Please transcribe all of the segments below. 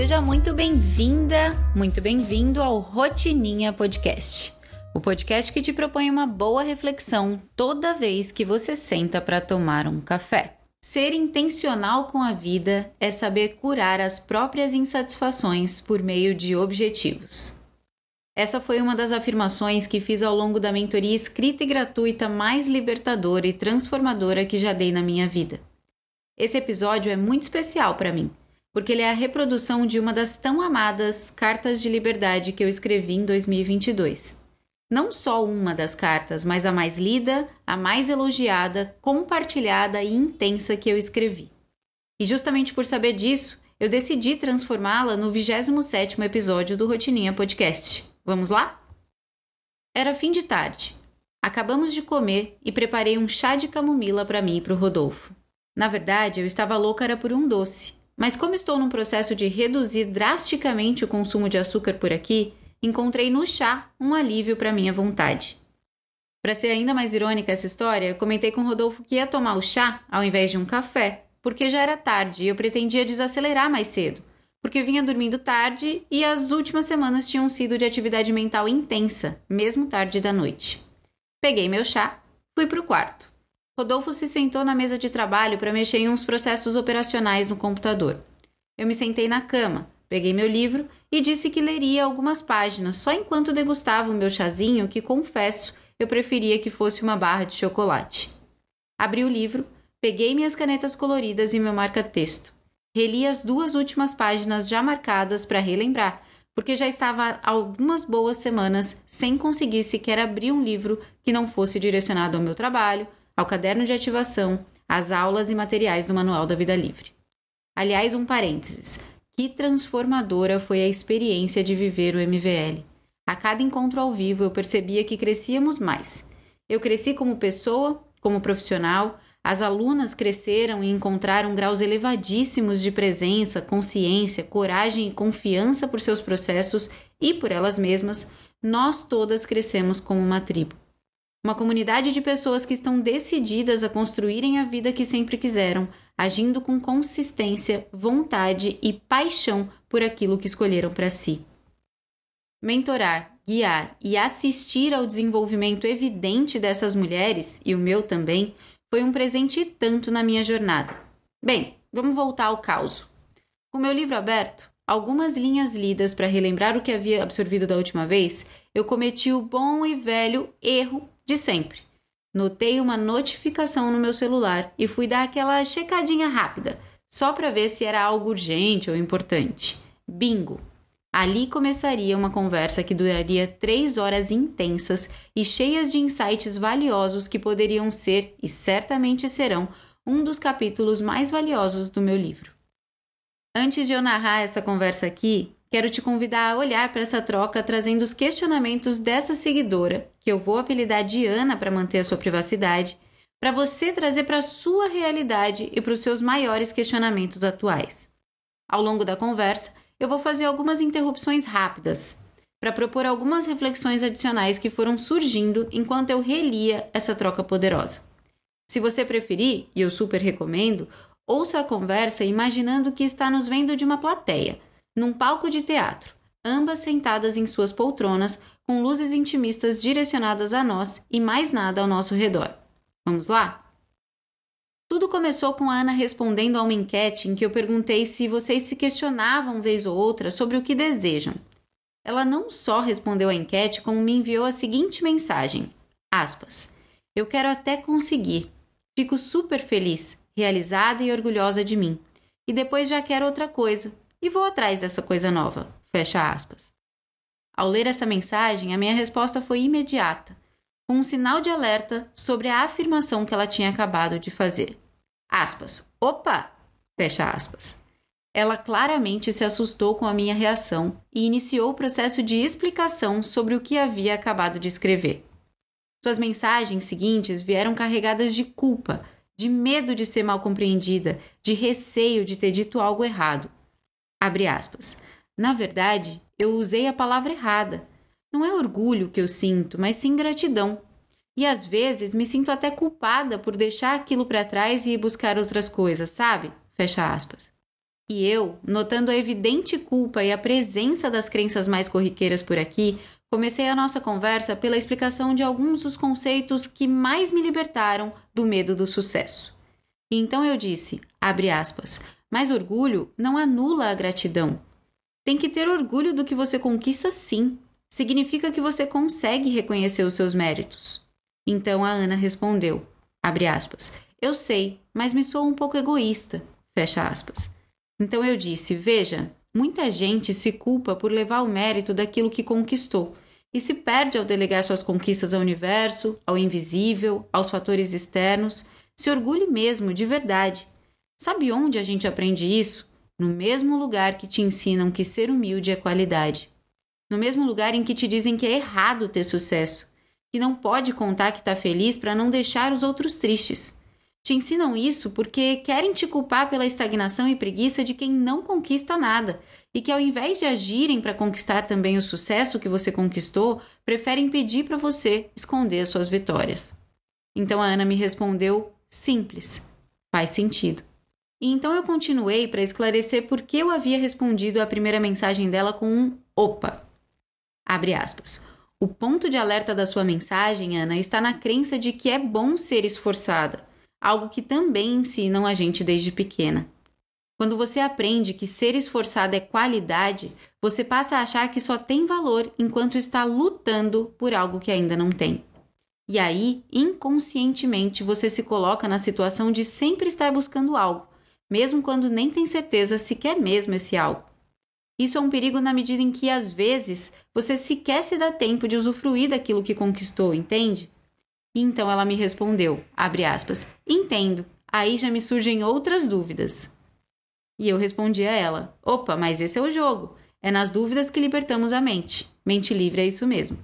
Seja muito bem-vinda, muito bem-vindo ao Rotininha Podcast. O podcast que te propõe uma boa reflexão toda vez que você senta para tomar um café. Ser intencional com a vida é saber curar as próprias insatisfações por meio de objetivos. Essa foi uma das afirmações que fiz ao longo da mentoria escrita e gratuita mais libertadora e transformadora que já dei na minha vida. Esse episódio é muito especial para mim, porque ele é a reprodução de uma das tão amadas cartas de liberdade que eu escrevi em 2022. Não só uma das cartas, mas a mais lida, a mais elogiada, compartilhada e intensa que eu escrevi. E justamente por saber disso, eu decidi transformá-la no 27º episódio do Rotininha Podcast. Vamos lá? Era fim de tarde. Acabamos de comer e preparei um chá de camomila para mim e para o Rodolfo. Na verdade, eu estava louca por um doce, mas como estou num processo de reduzir drasticamente o consumo de açúcar por aqui, encontrei no chá um alívio para minha vontade. Para ser ainda mais irônica essa história, eu comentei com o Rodolfo que ia tomar o chá ao invés de um café, porque já era tarde e eu pretendia desacelerar mais cedo, porque eu vinha dormindo tarde e as últimas semanas tinham sido de atividade mental intensa, mesmo tarde da noite. Peguei meu chá, fui para o quarto. Rodolfo se sentou na mesa de trabalho para mexer em uns processos operacionais no computador. Eu me sentei na cama, peguei meu livro e disse que leria algumas páginas só enquanto degustava o meu chazinho que, confesso, eu preferia que fosse uma barra de chocolate. Abri o livro, peguei minhas canetas coloridas e meu marca-texto. Reli as 2 últimas páginas já marcadas para relembrar, porque já estava há algumas boas semanas sem conseguir sequer abrir um livro que não fosse direcionado ao meu trabalho, ao caderno de ativação, às aulas e materiais do Manual da Vida Livre. Aliás, um parênteses. Que transformadora foi a experiência de viver o MVL. A cada encontro ao vivo eu percebia que crescíamos mais. Eu cresci como pessoa, como profissional, as alunas cresceram e encontraram graus elevadíssimos de presença, consciência, coragem e confiança por seus processos e por elas mesmas. Nós todas crescemos como uma tribo. Uma comunidade de pessoas que estão decididas a construírem a vida que sempre quiseram, agindo com consistência, vontade e paixão por aquilo que escolheram para si. Mentorar, guiar e assistir ao desenvolvimento evidente dessas mulheres, e o meu também, foi um presente e tanto na minha jornada. Bem, vamos voltar ao caos. Com meu livro aberto, algumas linhas lidas para relembrar o que havia absorvido da última vez, eu cometi o bom e velho erro de sempre. Notei uma notificação no meu celular e fui dar aquela checadinha rápida, só para ver se era algo urgente ou importante. Bingo! Ali começaria uma conversa que duraria 3 horas intensas e cheias de insights valiosos que poderiam ser, e certamente serão, um dos capítulos mais valiosos do meu livro. Antes de eu narrar essa conversa aqui, quero te convidar a olhar para essa troca trazendo os questionamentos dessa seguidora, que eu vou apelidar de Ana para manter a sua privacidade, para você trazer para a sua realidade e para os seus maiores questionamentos atuais. Ao longo da conversa, eu vou fazer algumas interrupções rápidas, para propor algumas reflexões adicionais que foram surgindo enquanto eu relia essa troca poderosa. Se você preferir, e eu super recomendo, ouça a conversa imaginando que está nos vendo de uma plateia, num palco de teatro, ambas sentadas em suas poltronas, com luzes intimistas direcionadas a nós e mais nada ao nosso redor. Vamos lá? Tudo começou com a Ana respondendo a uma enquete em que eu perguntei se vocês se questionavam vez ou outra sobre o que desejam. Ela não só respondeu a enquete, como me enviou a seguinte mensagem, aspas, eu quero até conseguir. Fico super feliz, realizada e orgulhosa de mim. E depois já quero outra coisa. E vou atrás dessa coisa nova, fecha aspas. Ao ler essa mensagem, a minha resposta foi imediata, com um sinal de alerta sobre a afirmação que ela tinha acabado de fazer. Aspas, opa, fecha aspas. Ela claramente se assustou com a minha reação e iniciou o processo de explicação sobre o que havia acabado de escrever. Suas mensagens seguintes vieram carregadas de culpa, de medo de ser mal compreendida, de receio de ter dito algo errado. Abre aspas. Na verdade, eu usei a palavra errada. Não é orgulho que eu sinto, mas sim gratidão. E às vezes me sinto até culpada por deixar aquilo para trás e ir buscar outras coisas, sabe? Fecha aspas. E eu, notando a evidente culpa e a presença das crenças mais corriqueiras por aqui, comecei a nossa conversa pela explicação de alguns dos conceitos que mais me libertaram do medo do sucesso. E então eu disse, abre aspas, mas orgulho não anula a gratidão. Tem que ter orgulho do que você conquista sim. Significa que você consegue reconhecer os seus méritos. Então a Ana respondeu, abre aspas, eu sei, mas me sou um pouco egoísta, fecha aspas. Então eu disse, veja, muita gente se culpa por levar o mérito daquilo que conquistou e se perde ao delegar suas conquistas ao universo, ao invisível, aos fatores externos. Se orgulhe mesmo, de verdade. Sabe onde a gente aprende isso? No mesmo lugar que te ensinam que ser humilde é qualidade. No mesmo lugar em que te dizem que é errado ter sucesso, que não pode contar que está feliz para não deixar os outros tristes. Te ensinam isso porque querem te culpar pela estagnação e preguiça de quem não conquista nada e que, ao invés de agirem para conquistar também o sucesso que você conquistou, preferem pedir para você esconder as suas vitórias. Então a Ana me respondeu, simples, faz sentido. E então eu continuei para esclarecer por que eu havia respondido à primeira mensagem dela com um opa. Abre aspas. O ponto de alerta da sua mensagem, Ana, está na crença de que é bom ser esforçada, algo que também ensinam a gente desde pequena. Quando você aprende que ser esforçada é qualidade, você passa a achar que só tem valor enquanto está lutando por algo que ainda não tem. E aí, inconscientemente, você se coloca na situação de sempre estar buscando algo, mesmo quando nem tem certeza se quer mesmo esse algo. Isso é um perigo na medida em que, às vezes, você sequer se dá tempo de usufruir daquilo que conquistou, entende? E então ela me respondeu, abre aspas, entendo, aí já me surgem outras dúvidas. E eu respondi a ela, opa, mas esse é o jogo, é nas dúvidas que libertamos a mente. Mente livre é isso mesmo.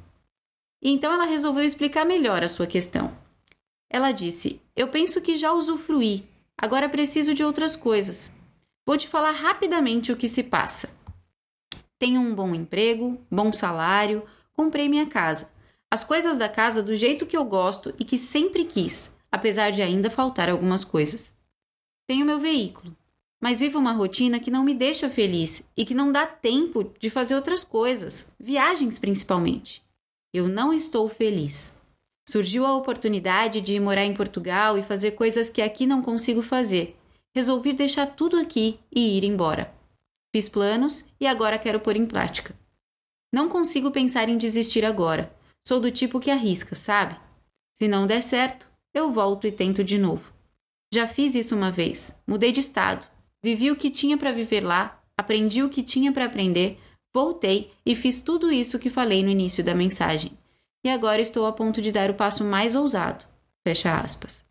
E então ela resolveu explicar melhor a sua questão. Ela disse, eu penso que já usufruí, agora preciso de outras coisas. Vou te falar rapidamente o que se passa. Tenho um bom emprego, bom salário, comprei minha casa. As coisas da casa do jeito que eu gosto e que sempre quis, apesar de ainda faltar algumas coisas. Tenho meu veículo, mas vivo uma rotina que não me deixa feliz e que não dá tempo de fazer outras coisas, viagens principalmente. Eu não estou feliz. Surgiu a oportunidade de ir morar em Portugal e fazer coisas que aqui não consigo fazer. Resolvi deixar tudo aqui e ir embora. Fiz planos e agora quero pôr em prática. Não consigo pensar em desistir agora. Sou do tipo que arrisca, sabe? Se não der certo, eu volto e tento de novo. Já fiz isso uma vez. Mudei de estado. Vivi o que tinha para viver lá, aprendi o que tinha para aprender, voltei e fiz tudo isso que falei no início da mensagem. E agora estou a ponto de dar o passo mais ousado. Fecha aspas.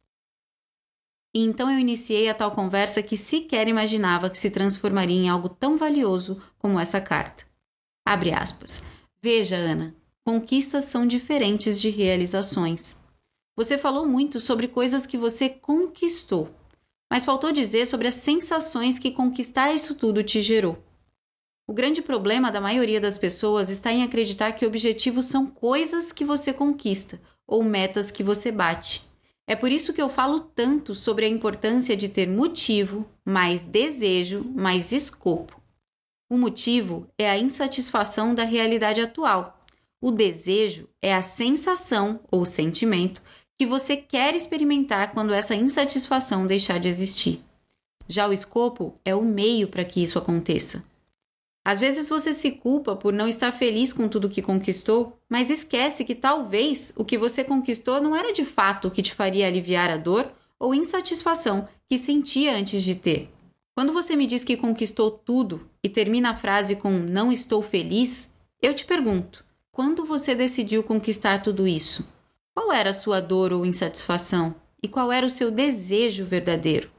E então eu iniciei a tal conversa que sequer imaginava que se transformaria em algo tão valioso como essa carta. Abre aspas. Veja, Ana, conquistas são diferentes de realizações. Você falou muito sobre coisas que você conquistou, mas faltou dizer sobre as sensações que conquistar isso tudo te gerou. O grande problema da maioria das pessoas está em acreditar que objetivos são coisas que você conquista ou metas que você bate. É por isso que eu falo tanto sobre a importância de ter motivo, mais desejo, mais escopo. O motivo é a insatisfação da realidade atual. O desejo é a sensação ou sentimento que você quer experimentar quando essa insatisfação deixar de existir. Já o escopo é o meio para que isso aconteça. Às vezes você se culpa por não estar feliz com tudo que conquistou, mas esquece que talvez o que você conquistou não era de fato o que te faria aliviar a dor ou insatisfação que sentia antes de ter. Quando você me diz que conquistou tudo e termina a frase com não estou feliz, eu te pergunto, quando você decidiu conquistar tudo isso? Qual era a sua dor ou insatisfação? E qual era o seu desejo verdadeiro?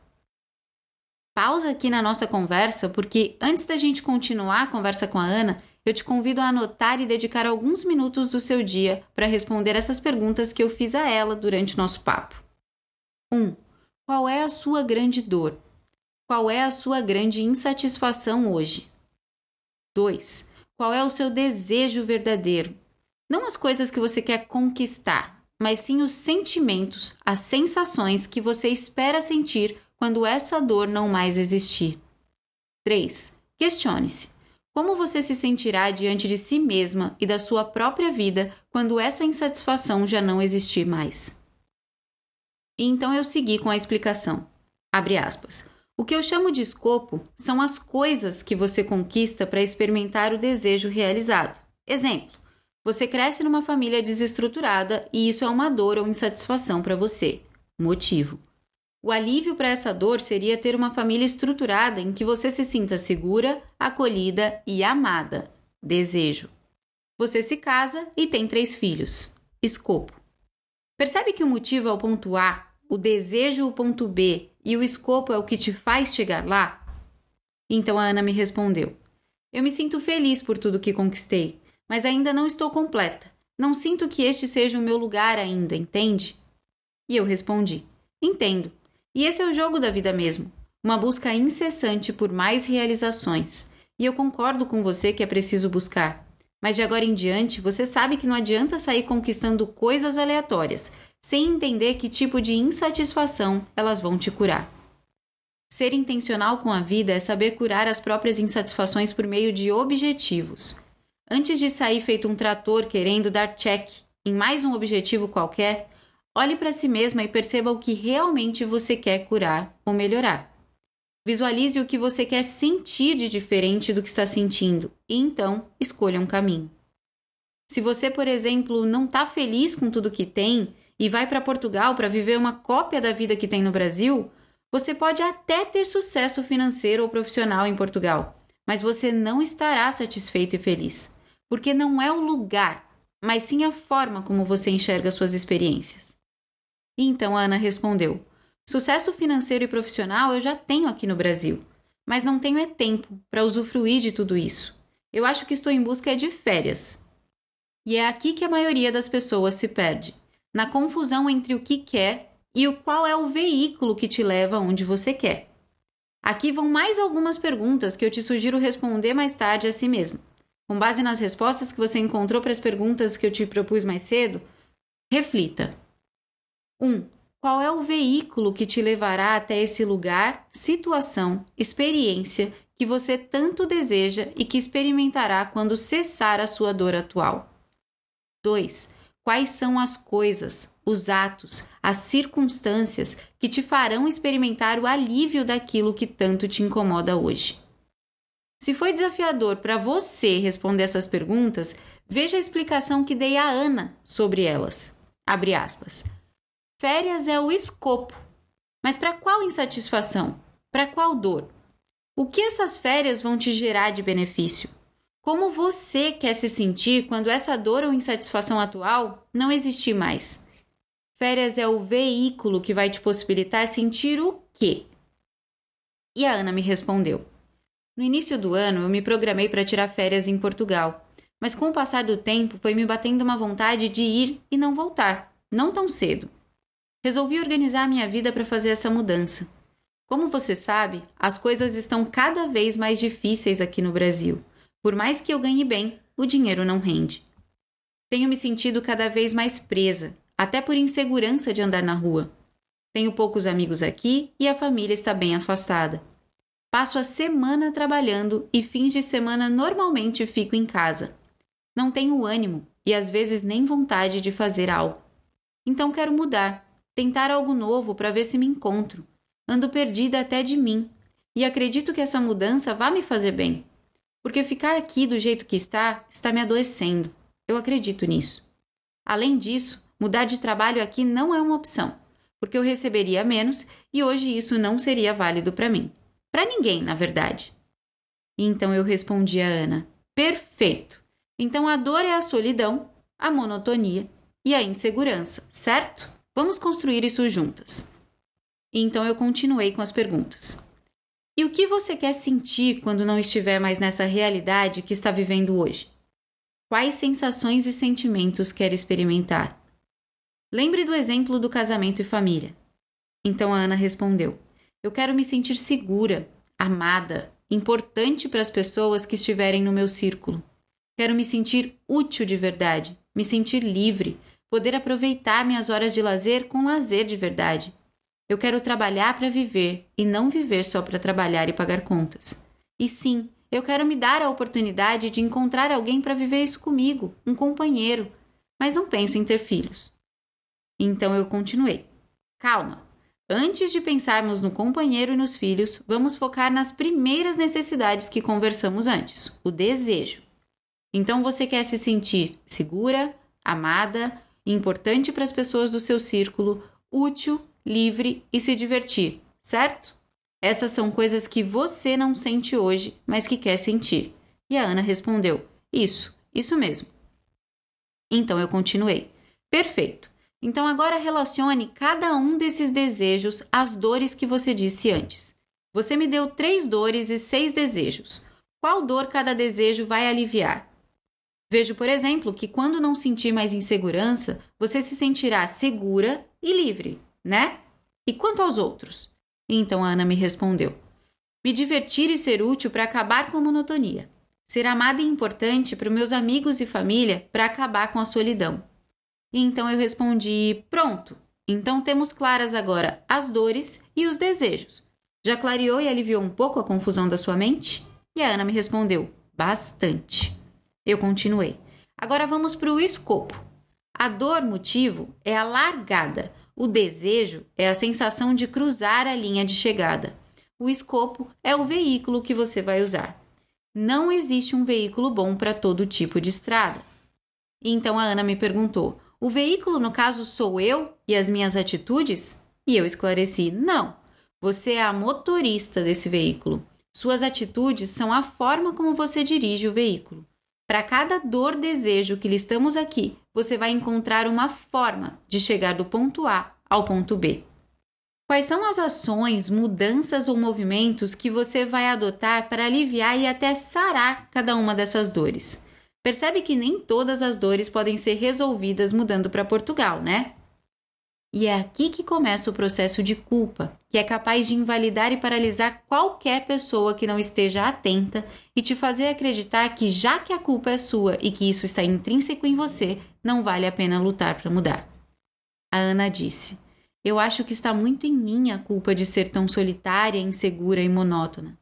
Pausa aqui na nossa conversa, porque antes da gente continuar a conversa com a Ana, eu te convido a anotar e dedicar alguns minutos do seu dia para responder essas perguntas que eu fiz a ela durante o nosso papo. 1. Qual é a sua grande dor? Qual é a sua grande insatisfação hoje? 2. Qual é o seu desejo verdadeiro? Não as coisas que você quer conquistar, mas sim os sentimentos, as sensações que você espera sentir quando essa dor não mais existir. 3. Questione-se. Como você se sentirá diante de si mesma e da sua própria vida quando essa insatisfação já não existir mais? E então eu segui com a explicação. Abre aspas. O que eu chamo de escopo são as coisas que você conquista para experimentar o desejo realizado. Exemplo, você cresce numa família desestruturada e isso é uma dor ou insatisfação para você. Motivo. O alívio para essa dor seria ter uma família estruturada em que você se sinta segura, acolhida e amada. Desejo. Você se casa e tem 3 filhos. Escopo. Percebe que o motivo é o ponto A, o desejo o ponto B e o escopo é o que te faz chegar lá? Então a Ana me respondeu. Eu me sinto feliz por tudo que conquistei, mas ainda não estou completa. Não sinto que este seja o meu lugar ainda, entende? E eu respondi. Entendo. E esse é o jogo da vida mesmo. Uma busca incessante por mais realizações. E eu concordo com você que é preciso buscar. Mas de agora em diante, você sabe que não adianta sair conquistando coisas aleatórias, sem entender que tipo de insatisfação elas vão te curar. Ser intencional com a vida é saber curar as próprias insatisfações por meio de objetivos. Antes de sair feito um trator querendo dar check em mais um objetivo qualquer, olhe para si mesma e perceba o que realmente você quer curar ou melhorar. Visualize o que você quer sentir de diferente do que está sentindo e então escolha um caminho. Se você, por exemplo, não está feliz com tudo que tem e vai para Portugal para viver uma cópia da vida que tem no Brasil, você pode até ter sucesso financeiro ou profissional em Portugal, mas você não estará satisfeito e feliz, porque não é o lugar, mas sim a forma como você enxerga suas experiências. E então a Ana respondeu, sucesso financeiro e profissional eu já tenho aqui no Brasil, mas não tenho tempo para usufruir de tudo isso. Eu acho que estou em busca de férias. E é aqui que a maioria das pessoas se perde, na confusão entre o que quer e o qual é o veículo que te leva onde você quer. Aqui vão mais algumas perguntas que eu te sugiro responder mais tarde a si mesmo. Com base nas respostas que você encontrou para as perguntas que eu te propus mais cedo, reflita. 1. Qual é o veículo que te levará até esse lugar, situação, experiência que você tanto deseja e que experimentará quando cessar a sua dor atual? 2. Quais são as coisas, os atos, as circunstâncias que te farão experimentar o alívio daquilo que tanto te incomoda hoje? Se foi desafiador para você responder essas perguntas, veja a explicação que dei à Ana sobre elas. Abre aspas. Férias é o escopo. Mas para qual insatisfação? Para qual dor? O que essas férias vão te gerar de benefício? Como você quer se sentir quando essa dor ou insatisfação atual não existir mais? Férias é o veículo que vai te possibilitar sentir o quê? E a Ana me respondeu. No início do ano, eu me programei para tirar férias em Portugal, mas com o passar do tempo foi me batendo uma vontade de ir e não voltar, não tão cedo. Resolvi organizar minha vida para fazer essa mudança. Como você sabe, as coisas estão cada vez mais difíceis aqui no Brasil. Por mais que eu ganhe bem, o dinheiro não rende. Tenho me sentido cada vez mais presa, até por insegurança de andar na rua. Tenho poucos amigos aqui e a família está bem afastada. Passo a semana trabalhando e fins de semana normalmente fico em casa. Não tenho ânimo e às vezes nem vontade de fazer algo. Então quero mudar, tentar algo novo para ver se me encontro. Ando perdida até de mim e acredito que essa mudança vai me fazer bem. Porque ficar aqui do jeito que está me adoecendo. Eu acredito nisso. Além disso, mudar de trabalho aqui não é uma opção, porque eu receberia menos e hoje isso não seria válido para mim. Para ninguém, na verdade. E então eu respondi a Ana, perfeito. Então a dor é a solidão, a monotonia e a insegurança, certo? Vamos construir isso juntas. E então eu continuei com as perguntas. E o que você quer sentir quando não estiver mais nessa realidade que está vivendo hoje? Quais sensações e sentimentos quer experimentar? Lembre do exemplo do casamento e família. Então a Ana respondeu, eu quero me sentir segura, amada, importante para as pessoas que estiverem no meu círculo. Quero me sentir útil de verdade, me sentir livre, poder aproveitar minhas horas de lazer com lazer de verdade. Eu quero trabalhar para viver e não viver só para trabalhar e pagar contas. E sim, eu quero me dar a oportunidade de encontrar alguém para viver isso comigo, um companheiro, mas não penso em ter filhos. Então eu continuei. Calma. Antes de pensarmos no companheiro e nos filhos, vamos focar nas primeiras necessidades que conversamos antes, o desejo. Então você quer se sentir segura, amada, importante para as pessoas do seu círculo, útil, livre e se divertir, certo? Essas são coisas que você não sente hoje, mas que quer sentir. E a Ana respondeu, isso mesmo. Então eu continuei. Perfeito. Então agora relacione cada um desses desejos às dores que você disse antes. Você me deu 3 dores e 6 desejos. Qual dor cada desejo vai aliviar? Vejo, por exemplo, que quando não sentir mais insegurança, você se sentirá segura e livre, né? E quanto aos outros? Então a Ana me respondeu. Me divertir e ser útil para acabar com a monotonia. Ser amada e importante para os meus amigos e família para acabar com a solidão. E então eu respondi, pronto, então temos claras agora as dores e os desejos. Já clareou e aliviou um pouco a confusão da sua mente? E a Ana me respondeu, bastante. Eu continuei. Agora vamos para o escopo. A dor motivo é a largada. O desejo é a sensação de cruzar a linha de chegada. O escopo é o veículo que você vai usar. Não existe um veículo bom para todo tipo de estrada. E então a Ana me perguntou, o veículo, no caso, sou eu e as minhas atitudes? E eu esclareci, não. Você é a motorista desse veículo. Suas atitudes são a forma como você dirige o veículo. Para cada dor, desejo que listamos aqui, você vai encontrar uma forma de chegar do ponto A ao ponto B. Quais são as ações, mudanças ou movimentos que você vai adotar para aliviar e até sarar cada uma dessas dores? Percebe que nem todas as dores podem ser resolvidas mudando para Portugal, né? E é aqui que começa o processo de culpa, que é capaz de invalidar e paralisar qualquer pessoa que não esteja atenta e te fazer acreditar que, já que a culpa é sua e que isso está intrínseco em você, não vale a pena lutar para mudar. A Ana disse, eu acho que está muito em mim a culpa de ser tão solitária, insegura e monótona.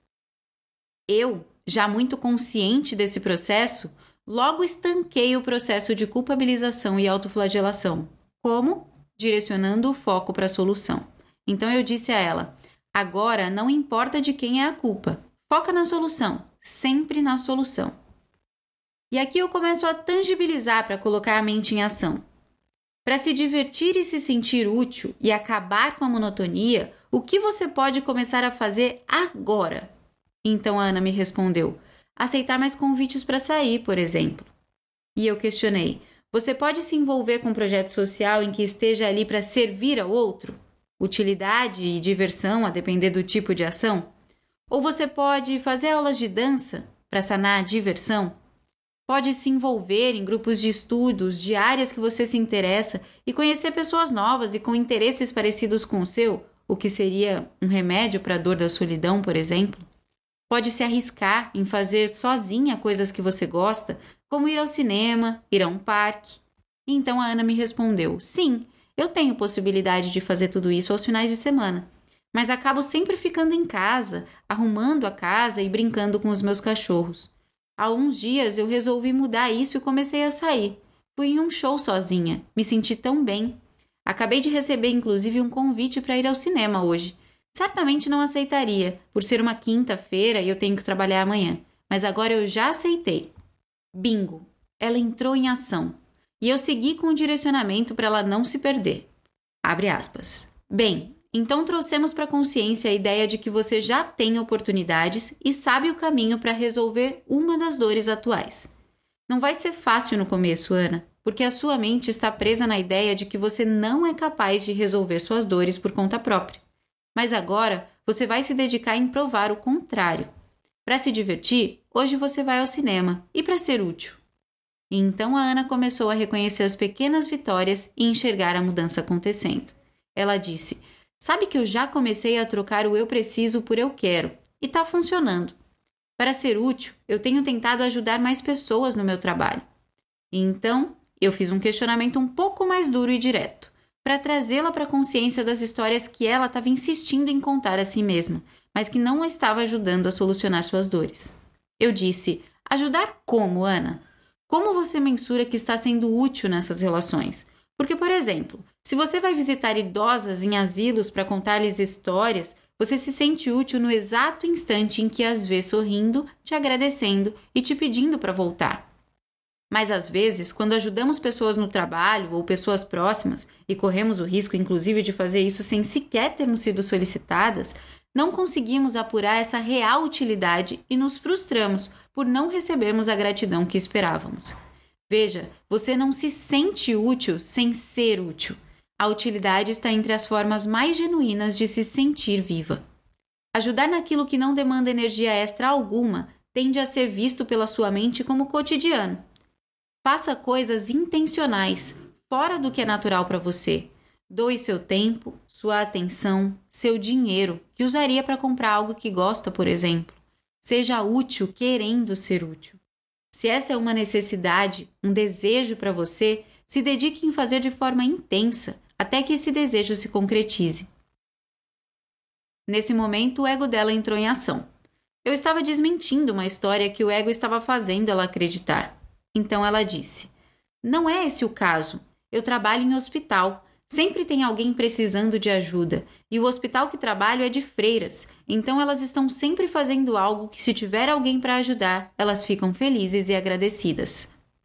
Eu, já muito consciente desse processo, logo estanquei o processo de culpabilização e autoflagelação. Como? Direcionando o foco para a solução. Então eu disse a ela, agora não importa de quem é a culpa, foca na solução, sempre na solução. E aqui eu começo a tangibilizar para colocar a mente em ação. Para se divertir e se sentir útil e acabar com a monotonia, o que você pode começar a fazer agora? Então a Ana me respondeu, aceitar mais convites para sair, por exemplo. E eu questionei, você pode se envolver com um projeto social em que esteja ali para servir ao outro? Utilidade e diversão, a depender do tipo de ação? Ou você pode fazer aulas de dança para sanar a diversão? Pode se envolver em grupos de estudos, de áreas que você se interessa e conhecer pessoas novas e com interesses parecidos com o seu, o que seria um remédio para a dor da solidão, por exemplo. Pode se arriscar em fazer sozinha coisas que você gosta, como ir ao cinema, ir a um parque. Então a Ana me respondeu, sim, eu tenho possibilidade de fazer tudo isso aos finais de semana, mas acabo sempre ficando em casa, arrumando a casa e brincando com os meus cachorros. Há uns dias eu resolvi mudar isso e comecei a sair. Fui em um show sozinha, me senti tão bem. Acabei de receber inclusive um convite para ir ao cinema hoje. Certamente não aceitaria, por ser uma quinta-feira e eu tenho que trabalhar amanhã, mas agora eu já aceitei. Bingo! Ela entrou em ação. E eu segui com o direcionamento para ela não se perder. Abre aspas. Bem, então trouxemos para a consciência a ideia de que você já tem oportunidades e sabe o caminho para resolver uma das dores atuais. Não vai ser fácil no começo, Ana, porque a sua mente está presa na ideia de que você não é capaz de resolver suas dores por conta própria. Mas agora você vai se dedicar em provar o contrário. Para se divertir, hoje você vai ao cinema e para ser útil. E então a Ana começou a reconhecer as pequenas vitórias e enxergar a mudança acontecendo. Ela disse, sabe que eu já comecei a trocar o eu preciso por eu quero e está funcionando. Para ser útil, eu tenho tentado ajudar mais pessoas no meu trabalho. E então, eu fiz um questionamento um pouco mais duro e direto, para trazê-la para a consciência das histórias que ela estava insistindo em contar a si mesma, mas que não a estava ajudando a solucionar suas dores. Eu disse: ajudar como, Ana? Como você mensura que está sendo útil nessas relações? Porque, por exemplo, se você vai visitar idosas em asilos para contar-lhes histórias, você se sente útil no exato instante em que as vê sorrindo, te agradecendo e te pedindo para voltar. Mas às vezes, quando ajudamos pessoas no trabalho ou pessoas próximas, e corremos o risco inclusive de fazer isso sem sequer termos sido solicitadas, não conseguimos apurar essa real utilidade e nos frustramos por não recebermos a gratidão que esperávamos. Veja, você não se sente útil sem ser útil. A utilidade está entre as formas mais genuínas de se sentir viva. Ajudar naquilo que não demanda energia extra alguma tende a ser visto pela sua mente como cotidiano. Faça coisas intencionais, fora do que é natural para você. Doe seu tempo, sua atenção, seu dinheiro, que usaria para comprar algo que gosta, por exemplo. Seja útil querendo ser útil. Se essa é uma necessidade, um desejo para você, se dedique em fazer de forma intensa, até que esse desejo se concretize. Nesse momento, o ego dela entrou em ação. Eu estava desmentindo uma história que o ego estava fazendo ela acreditar. Então ela disse: não é esse o caso. Eu trabalho em hospital. Sempre tem alguém precisando de ajuda. E o hospital que trabalho é de freiras. Então elas estão sempre fazendo algo que, se tiver alguém para ajudar, elas ficam felizes e agradecidas.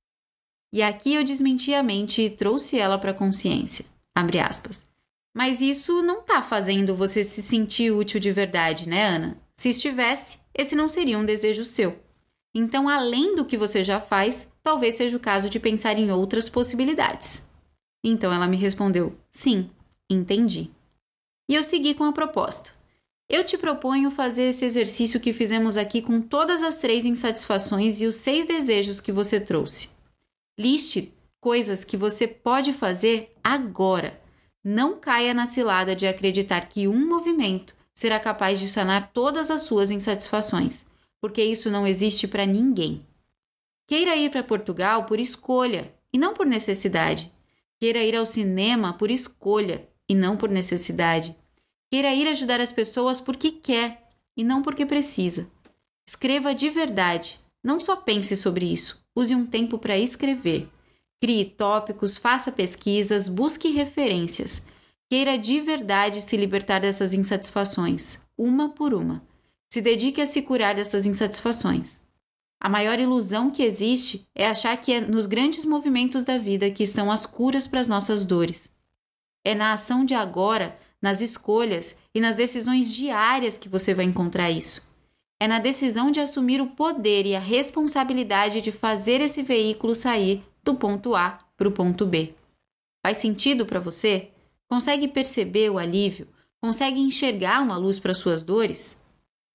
E aqui eu desmenti a mente e trouxe ela para a consciência. Abre aspas. Mas isso não está fazendo você se sentir útil de verdade, né, Ana? Se estivesse, esse não seria um desejo seu. Então, além do que você já faz, talvez seja o caso de pensar em outras possibilidades. Então ela me respondeu: sim, entendi. E eu segui com a proposta. Eu te proponho fazer esse exercício que fizemos aqui com todas as 3 insatisfações e os 6 desejos que você trouxe. Liste coisas que você pode fazer agora. Não caia na cilada de acreditar que um movimento será capaz de sanar todas as suas insatisfações, porque isso não existe para ninguém. Queira ir para Portugal por escolha e não por necessidade. Queira ir ao cinema por escolha e não por necessidade. Queira ir ajudar as pessoas porque quer e não porque precisa. Escreva de verdade. Não só pense sobre isso. Use um tempo para escrever. Crie tópicos, faça pesquisas, busque referências. Queira de verdade se libertar dessas insatisfações, uma por uma. Se dedique a se curar dessas insatisfações. A maior ilusão que existe é achar que é nos grandes movimentos da vida que estão as curas para as nossas dores. É na ação de agora, nas escolhas e nas decisões diárias que você vai encontrar isso. É na decisão de assumir o poder e a responsabilidade de fazer esse veículo sair do ponto A para o ponto B. Faz sentido para você? Consegue perceber o alívio? Consegue enxergar uma luz para suas dores?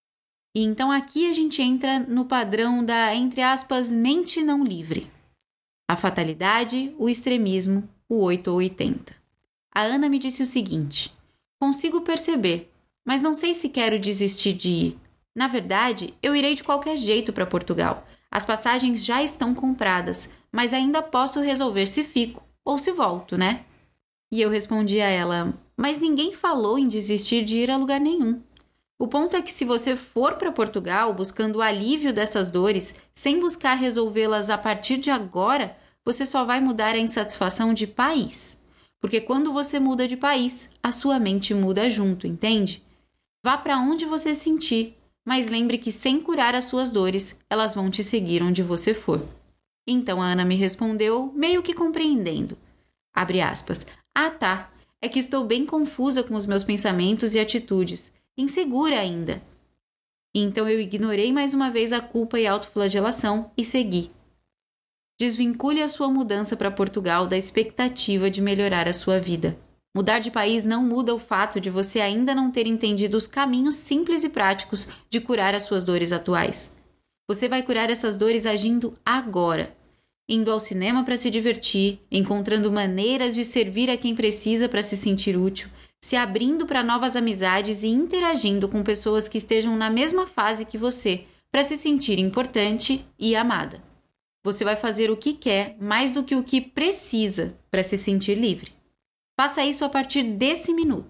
E então aqui a gente entra no padrão da, entre aspas, mente não livre. A fatalidade, o extremismo, o 8 ou 80. A Ana me disse o seguinte: consigo perceber, mas não sei se quero desistir de ir. Na verdade, eu irei de qualquer jeito para Portugal. As passagens já estão compradas, mas ainda posso resolver se fico ou se volto, né? E eu respondi a ela: mas ninguém falou em desistir de ir a lugar nenhum. O ponto é que, se você for para Portugal buscando o alívio dessas dores, sem buscar resolvê-las a partir de agora, você só vai mudar a insatisfação de país. Porque quando você muda de país, a sua mente muda junto, entende? Vá para onde você sentir, mas lembre que, sem curar as suas dores, elas vão te seguir onde você for. Então a Ana me respondeu, meio que compreendendo. Abre aspas. Ah, tá. É que estou bem confusa com os meus pensamentos e atitudes. Insegura ainda. Então eu ignorei mais uma vez a culpa e a autoflagelação e segui. Desvincule a sua mudança para Portugal da expectativa de melhorar a sua vida. Mudar de país não muda o fato de você ainda não ter entendido os caminhos simples e práticos de curar as suas dores atuais. Você vai curar essas dores agindo agora, indo ao cinema para se divertir, encontrando maneiras de servir a quem precisa para se sentir útil, se abrindo para novas amizades e interagindo com pessoas que estejam na mesma fase que você, para se sentir importante e amada. Você vai fazer o que quer mais do que o que precisa para se sentir livre. Faça isso a partir desse minuto.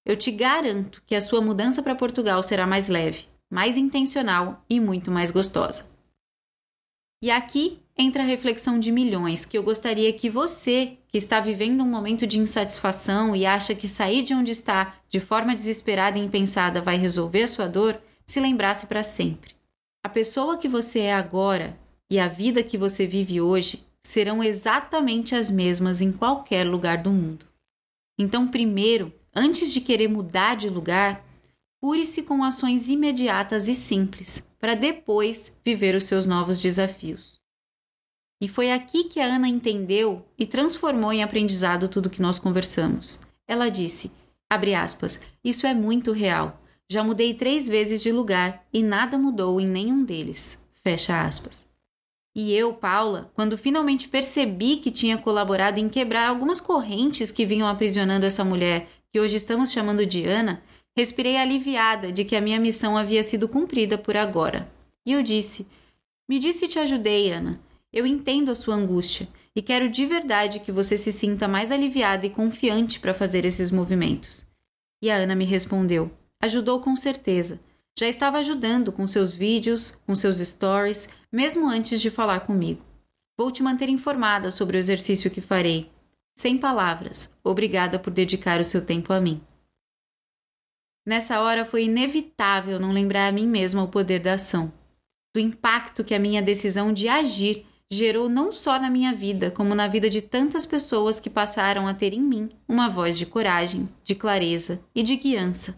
Eu te garanto que a sua mudança para Portugal será mais leve, mais intencional e muito mais gostosa. E aqui entra a reflexão de milhões que eu gostaria que você, que está vivendo um momento de insatisfação e acha que sair de onde está de forma desesperada e impensada vai resolver a sua dor, se lembrasse para sempre. A pessoa que você é agora e a vida que você vive hoje serão exatamente as mesmas em qualquer lugar do mundo. Então, primeiro, antes de querer mudar de lugar, cure-se com ações imediatas e simples, para depois viver os seus novos desafios. E foi aqui que a Ana entendeu e transformou em aprendizado tudo que nós conversamos. Ela disse, abre aspas, isso é muito real. Já mudei 3 vezes de lugar e nada mudou em nenhum deles. Fecha aspas. E eu, Paula, quando finalmente percebi que tinha colaborado em quebrar algumas correntes que vinham aprisionando essa mulher, que hoje estamos chamando de Ana, respirei aliviada de que a minha missão havia sido cumprida por agora. E eu disse, me disse se te ajudei, Ana. Eu entendo a sua angústia e quero de verdade que você se sinta mais aliviada e confiante para fazer esses movimentos. E a Ana me respondeu, ajudou com certeza. Já estava ajudando com seus vídeos, com seus stories, mesmo antes de falar comigo. Vou te manter informada sobre o exercício que farei. Sem palavras, obrigada por dedicar o seu tempo a mim. Nessa hora foi inevitável não lembrar a mim mesma o poder da ação, do impacto que a minha decisão de agir gerou não só na minha vida, como na vida de tantas pessoas que passaram a ter em mim uma voz de coragem, de clareza e de guiança.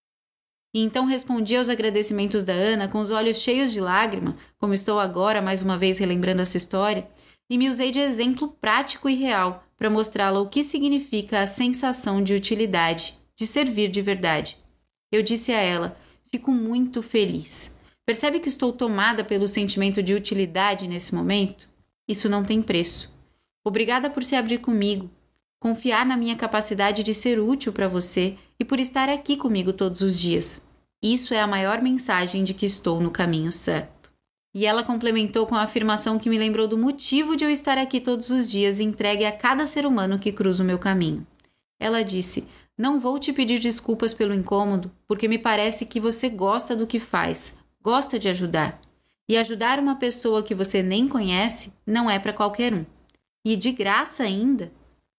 E então respondi aos agradecimentos da Ana com os olhos cheios de lágrima, como estou agora mais uma vez relembrando essa história, e me usei de exemplo prático e real para mostrá-la o que significa a sensação de utilidade, de servir de verdade. Eu disse a ela, fico muito feliz. Percebe que estou tomada pelo sentimento de utilidade nesse momento? Isso não tem preço. Obrigada por se abrir comigo, confiar na minha capacidade de ser útil para você e por estar aqui comigo todos os dias. Isso é a maior mensagem de que estou no caminho certo. E ela complementou com a afirmação que me lembrou do motivo de eu estar aqui todos os dias entregue a cada ser humano que cruza o meu caminho. Ela disse, não vou te pedir desculpas pelo incômodo, porque me parece que você gosta do que faz, gosta de ajudar. E ajudar uma pessoa que você nem conhece não é para qualquer um. E de graça ainda.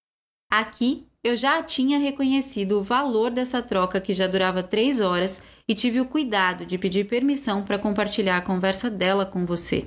Aqui eu já tinha reconhecido o valor dessa troca que já durava 3 horas e tive o cuidado de pedir permissão para compartilhar a conversa dela com você.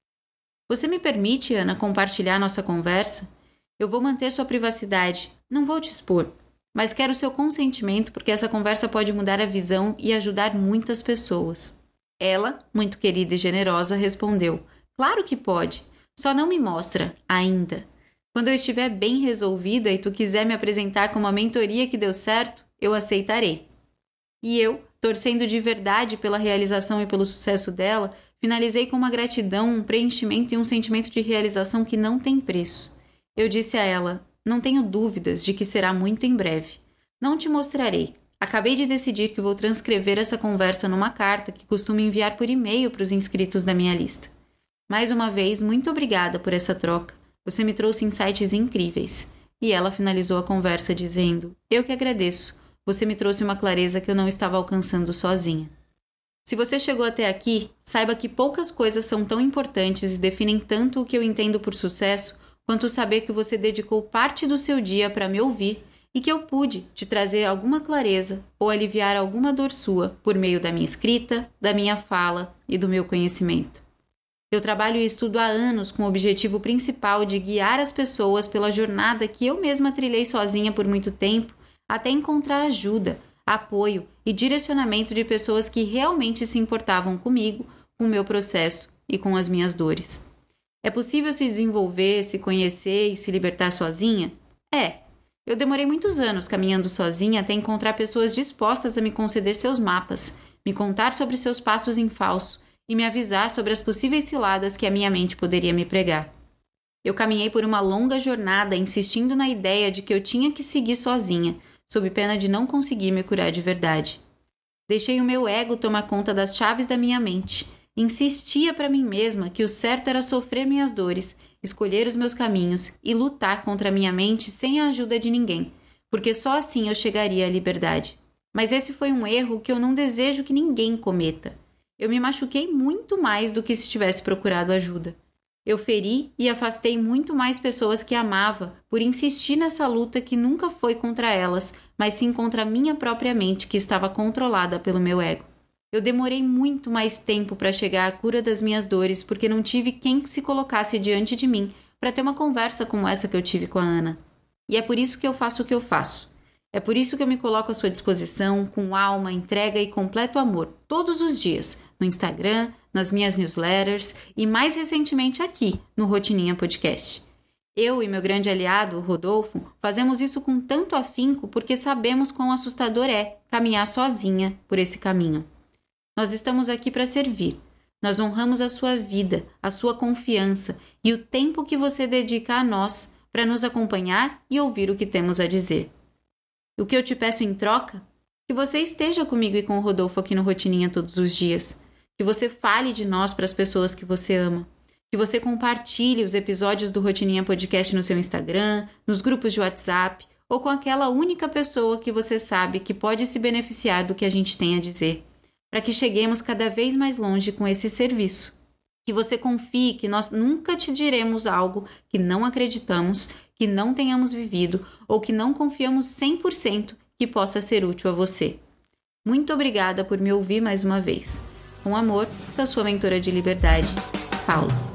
Você me permite, Ana, compartilhar nossa conversa? Eu vou manter sua privacidade, não vou te expor, mas quero seu consentimento porque essa conversa pode mudar a visão e ajudar muitas pessoas. Ela, muito querida e generosa, respondeu, claro que pode, só não me mostra, ainda. Quando eu estiver bem resolvida e tu quiser me apresentar como a mentoria que deu certo, eu aceitarei. E eu, torcendo de verdade pela realização e pelo sucesso dela, finalizei com uma gratidão, um preenchimento e um sentimento de realização que não tem preço. Eu disse a ela, não tenho dúvidas de que será muito em breve. Não te mostrarei. Acabei de decidir que vou transcrever essa conversa numa carta que costumo enviar por e-mail para os inscritos da minha lista. Mais uma vez, muito obrigada por essa troca. Você me trouxe insights incríveis. E ela finalizou a conversa dizendo, eu que agradeço. Você me trouxe uma clareza que eu não estava alcançando sozinha. Se você chegou até aqui, saiba que poucas coisas são tão importantes e definem tanto o que eu entendo por sucesso, quanto saber que você dedicou parte do seu dia para me ouvir e que eu pude te trazer alguma clareza ou aliviar alguma dor sua por meio da minha escrita, da minha fala e do meu conhecimento. Eu trabalho e estudo há anos com o objetivo principal de guiar as pessoas pela jornada que eu mesma trilhei sozinha por muito tempo, até encontrar ajuda, apoio e direcionamento de pessoas que realmente se importavam comigo, com o meu processo e com as minhas dores. É possível se desenvolver, se conhecer e se libertar sozinha? É. Eu demorei muitos anos caminhando sozinha até encontrar pessoas dispostas a me conceder seus mapas, me contar sobre seus passos em falso e me avisar sobre as possíveis ciladas que a minha mente poderia me pregar. Eu caminhei por uma longa jornada insistindo na ideia de que eu tinha que seguir sozinha, sob pena de não conseguir me curar de verdade. Deixei o meu ego tomar conta das chaves da minha mente. Insistia para mim mesma que o certo era sofrer minhas dores, escolher os meus caminhos e lutar contra a minha mente sem a ajuda de ninguém, porque só assim eu chegaria à liberdade. Mas esse foi um erro que eu não desejo que ninguém cometa. Eu me machuquei muito mais do que se tivesse procurado ajuda. Eu feri e afastei muito mais pessoas que amava por insistir nessa luta que nunca foi contra elas, mas sim contra a minha própria mente que estava controlada pelo meu ego. Eu demorei muito mais tempo para chegar à cura das minhas dores porque não tive quem se colocasse diante de mim para ter uma conversa como essa que eu tive com a Ana. E é por isso que eu faço o que eu faço. É por isso que eu me coloco à sua disposição, com alma, entrega e completo amor, todos os dias, no Instagram, nas minhas newsletters e mais recentemente aqui, no Rotininha Podcast. Eu e meu grande aliado, o Rodolfo, fazemos isso com tanto afinco porque sabemos quão assustador é caminhar sozinha por esse caminho. Nós estamos aqui para servir. Nós honramos a sua vida, a sua confiança e o tempo que você dedica a nós para nos acompanhar e ouvir o que temos a dizer. O que eu te peço em troca? Que você esteja comigo e com o Rodolfo aqui no Rotininha todos os dias. Que você fale de nós para as pessoas que você ama. Que você compartilhe os episódios do Rotininha Podcast no seu Instagram, nos grupos de WhatsApp ou com aquela única pessoa que você sabe que pode se beneficiar do que a gente tem a dizer. Para que cheguemos cada vez mais longe com esse serviço. Que você confie que nós nunca te diremos algo que não acreditamos, que não tenhamos vivido ou que não confiamos 100% que possa ser útil a você. Muito obrigada por me ouvir mais uma vez. Com amor, da sua mentora de liberdade, Paula.